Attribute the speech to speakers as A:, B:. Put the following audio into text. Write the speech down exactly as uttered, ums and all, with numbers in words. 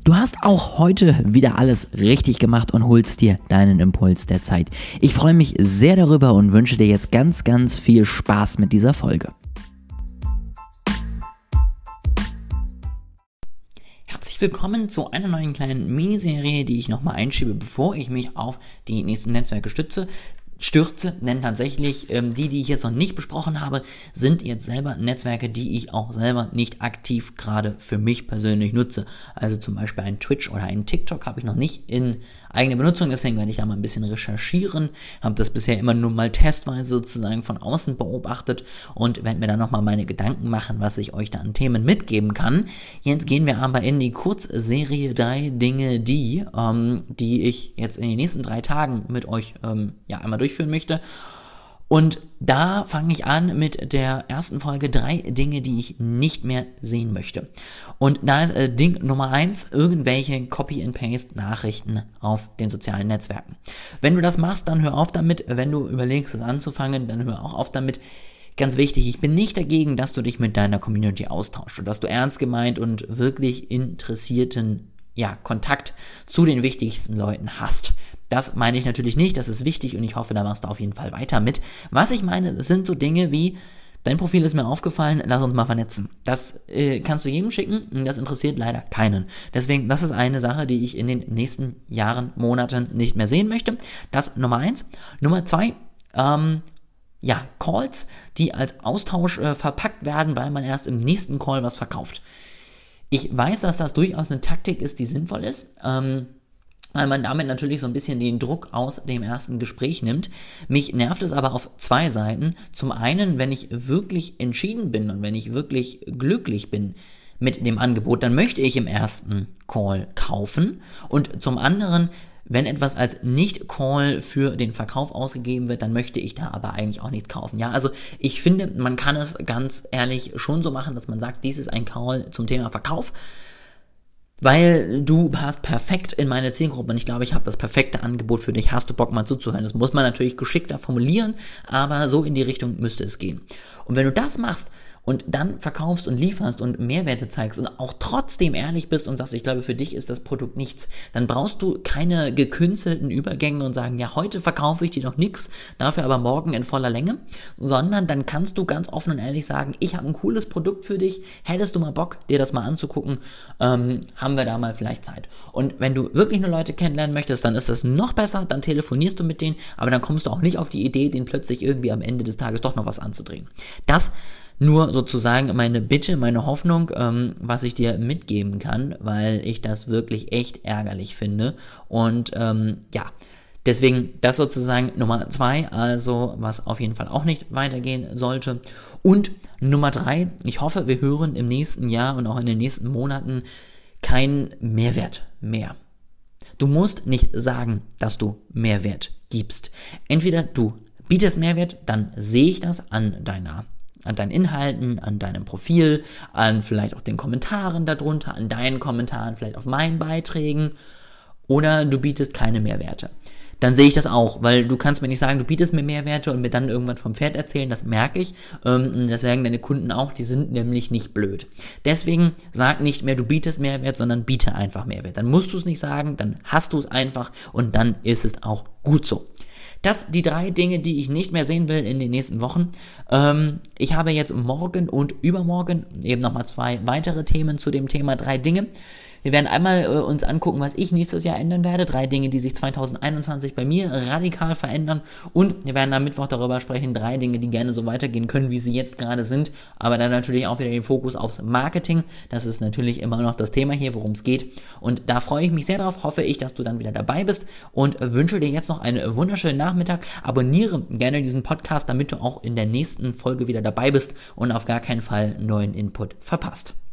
A: Du hast auch heute wieder alles richtig gemacht und holst dir deinen Impuls der Zeit. Ich freue mich sehr darüber und wünsche dir jetzt ganz, ganz viel Spaß mit dieser Folge. Herzlich willkommen zu einer neuen kleinen Miniserie, die ich nochmal einschiebe, bevor ich mich auf die nächsten Netzwerke stütze. Stürze, denn tatsächlich ähm, die, die ich jetzt noch nicht besprochen habe, sind jetzt selber Netzwerke, die ich auch selber nicht aktiv gerade für mich persönlich nutze. Also zum Beispiel ein Twitch oder ein TikTok habe ich noch nicht in eigener Benutzung, deswegen werde ich da mal ein bisschen recherchieren, habe das bisher immer nur mal testweise sozusagen von außen beobachtet und werde mir dann nochmal meine Gedanken machen, was ich euch da an Themen mitgeben kann. Jetzt gehen wir aber in die Kurzserie drei Dinge, die, ähm, die ich jetzt in den nächsten drei Tagen mit euch ähm, ja einmal durchführen möchte. Und da fange ich an mit der ersten Folge, drei Dinge, die ich nicht mehr sehen möchte. Und da ist äh, Ding Nummer eins, irgendwelche Copy-and-Paste-Nachrichten auf den sozialen Netzwerken. Wenn du das machst, dann hör auf damit. Wenn du überlegst, es anzufangen, dann hör auch auf damit. Ganz wichtig, ich bin nicht dagegen, dass du dich mit deiner Community austauschst und dass du ernst gemeint und wirklich interessierten ja, Kontakt zu den wichtigsten Leuten hast. Das meine ich natürlich nicht, das ist wichtig und ich hoffe, da machst du auf jeden Fall weiter mit. Was ich meine, das sind so Dinge wie, dein Profil ist mir aufgefallen, lass uns mal vernetzen. Das äh, kannst du jedem schicken, das interessiert leider keinen. Deswegen, das ist eine Sache, die ich in den nächsten Jahren, Monaten nicht mehr sehen möchte. Das Nummer eins. Nummer zwei, ähm, ja, Calls, die als Austausch äh, verpackt werden, weil man erst im nächsten Call was verkauft. Ich weiß, dass das durchaus eine Taktik ist, die sinnvoll ist, ähm, weil man damit natürlich so ein bisschen den Druck aus dem ersten Gespräch nimmt. Mich nervt es aber auf zwei Seiten. Zum einen, wenn ich wirklich entschieden bin und wenn ich wirklich glücklich bin mit dem Angebot, dann möchte ich im ersten Call kaufen. Und zum anderen, wenn etwas als Nicht-Call für den Verkauf ausgegeben wird, dann möchte ich da aber eigentlich auch nichts kaufen. Ja, also ich finde, man kann es ganz ehrlich schon so machen, dass man sagt, dies ist ein Call zum Thema Verkauf, weil du passt perfekt in meine Zielgruppe und ich glaube, ich habe das perfekte Angebot für dich. Hast du Bock mal zuzuhören? Das muss man natürlich geschickter formulieren, aber so in die Richtung müsste es gehen. Und wenn du das machst und dann verkaufst und lieferst und Mehrwerte zeigst und auch trotzdem ehrlich bist und sagst, ich glaube, für dich ist das Produkt nichts, dann brauchst du keine gekünstelten Übergänge und sagen, ja, heute verkaufe ich dir noch nichts, dafür aber morgen in voller Länge, sondern dann kannst du ganz offen und ehrlich sagen, ich habe ein cooles Produkt für dich, hättest du mal Bock, dir das mal anzugucken, ähm, haben wir da mal vielleicht Zeit. Und wenn du wirklich nur Leute kennenlernen möchtest, dann ist das noch besser, dann telefonierst du mit denen, aber dann kommst du auch nicht auf die Idee, denen plötzlich irgendwie am Ende des Tages doch noch was anzudrehen. Das nur sozusagen meine Bitte, meine Hoffnung, ähm, was ich dir mitgeben kann, weil ich das wirklich echt ärgerlich finde. Und ähm, ja, deswegen das sozusagen Nummer zwei, also was auf jeden Fall auch nicht weitergehen sollte. Und Nummer drei, ich hoffe, wir hören im nächsten Jahr und auch in den nächsten Monaten keinen Mehrwert mehr. Du musst nicht sagen, dass du Mehrwert gibst. Entweder du bietest Mehrwert, dann sehe ich das an deiner an deinen Inhalten, an deinem Profil, an vielleicht auch den Kommentaren darunter, an deinen Kommentaren, vielleicht auf meinen Beiträgen, oder du bietest keine Mehrwerte. Dann sehe ich das auch, weil du kannst mir nicht sagen, du bietest mir Mehrwerte und mir dann irgendwann vom Pferd erzählen, das merke ich, ähm, das sagen deine Kunden auch, die sind nämlich nicht blöd. Deswegen sag nicht mehr, du bietest Mehrwert, sondern biete einfach Mehrwert. Dann musst du es nicht sagen, dann hast du es einfach und dann ist es auch gut so. Das die drei Dinge, die ich nicht mehr sehen will in den nächsten Wochen. Ähm, ich habe jetzt morgen und übermorgen eben nochmal zwei weitere Themen zu dem Thema drei Dinge. Wir werden einmal äh, uns angucken, was ich nächstes Jahr ändern werde. Drei Dinge, die sich zwanzig einundzwanzig bei mir radikal verändern. Und wir werden am Mittwoch darüber sprechen, drei Dinge, die gerne so weitergehen können, wie sie jetzt gerade sind. Aber dann natürlich auch wieder den Fokus aufs Marketing. Das ist natürlich immer noch das Thema hier, worum es geht. Und da freue ich mich sehr drauf. Hoffe ich, dass du dann wieder dabei bist. Und wünsche dir jetzt noch einen wunderschönen Nachmittag. Abonniere gerne diesen Podcast, damit du auch in der nächsten Folge wieder dabei bist und auf gar keinen Fall neuen Input verpasst.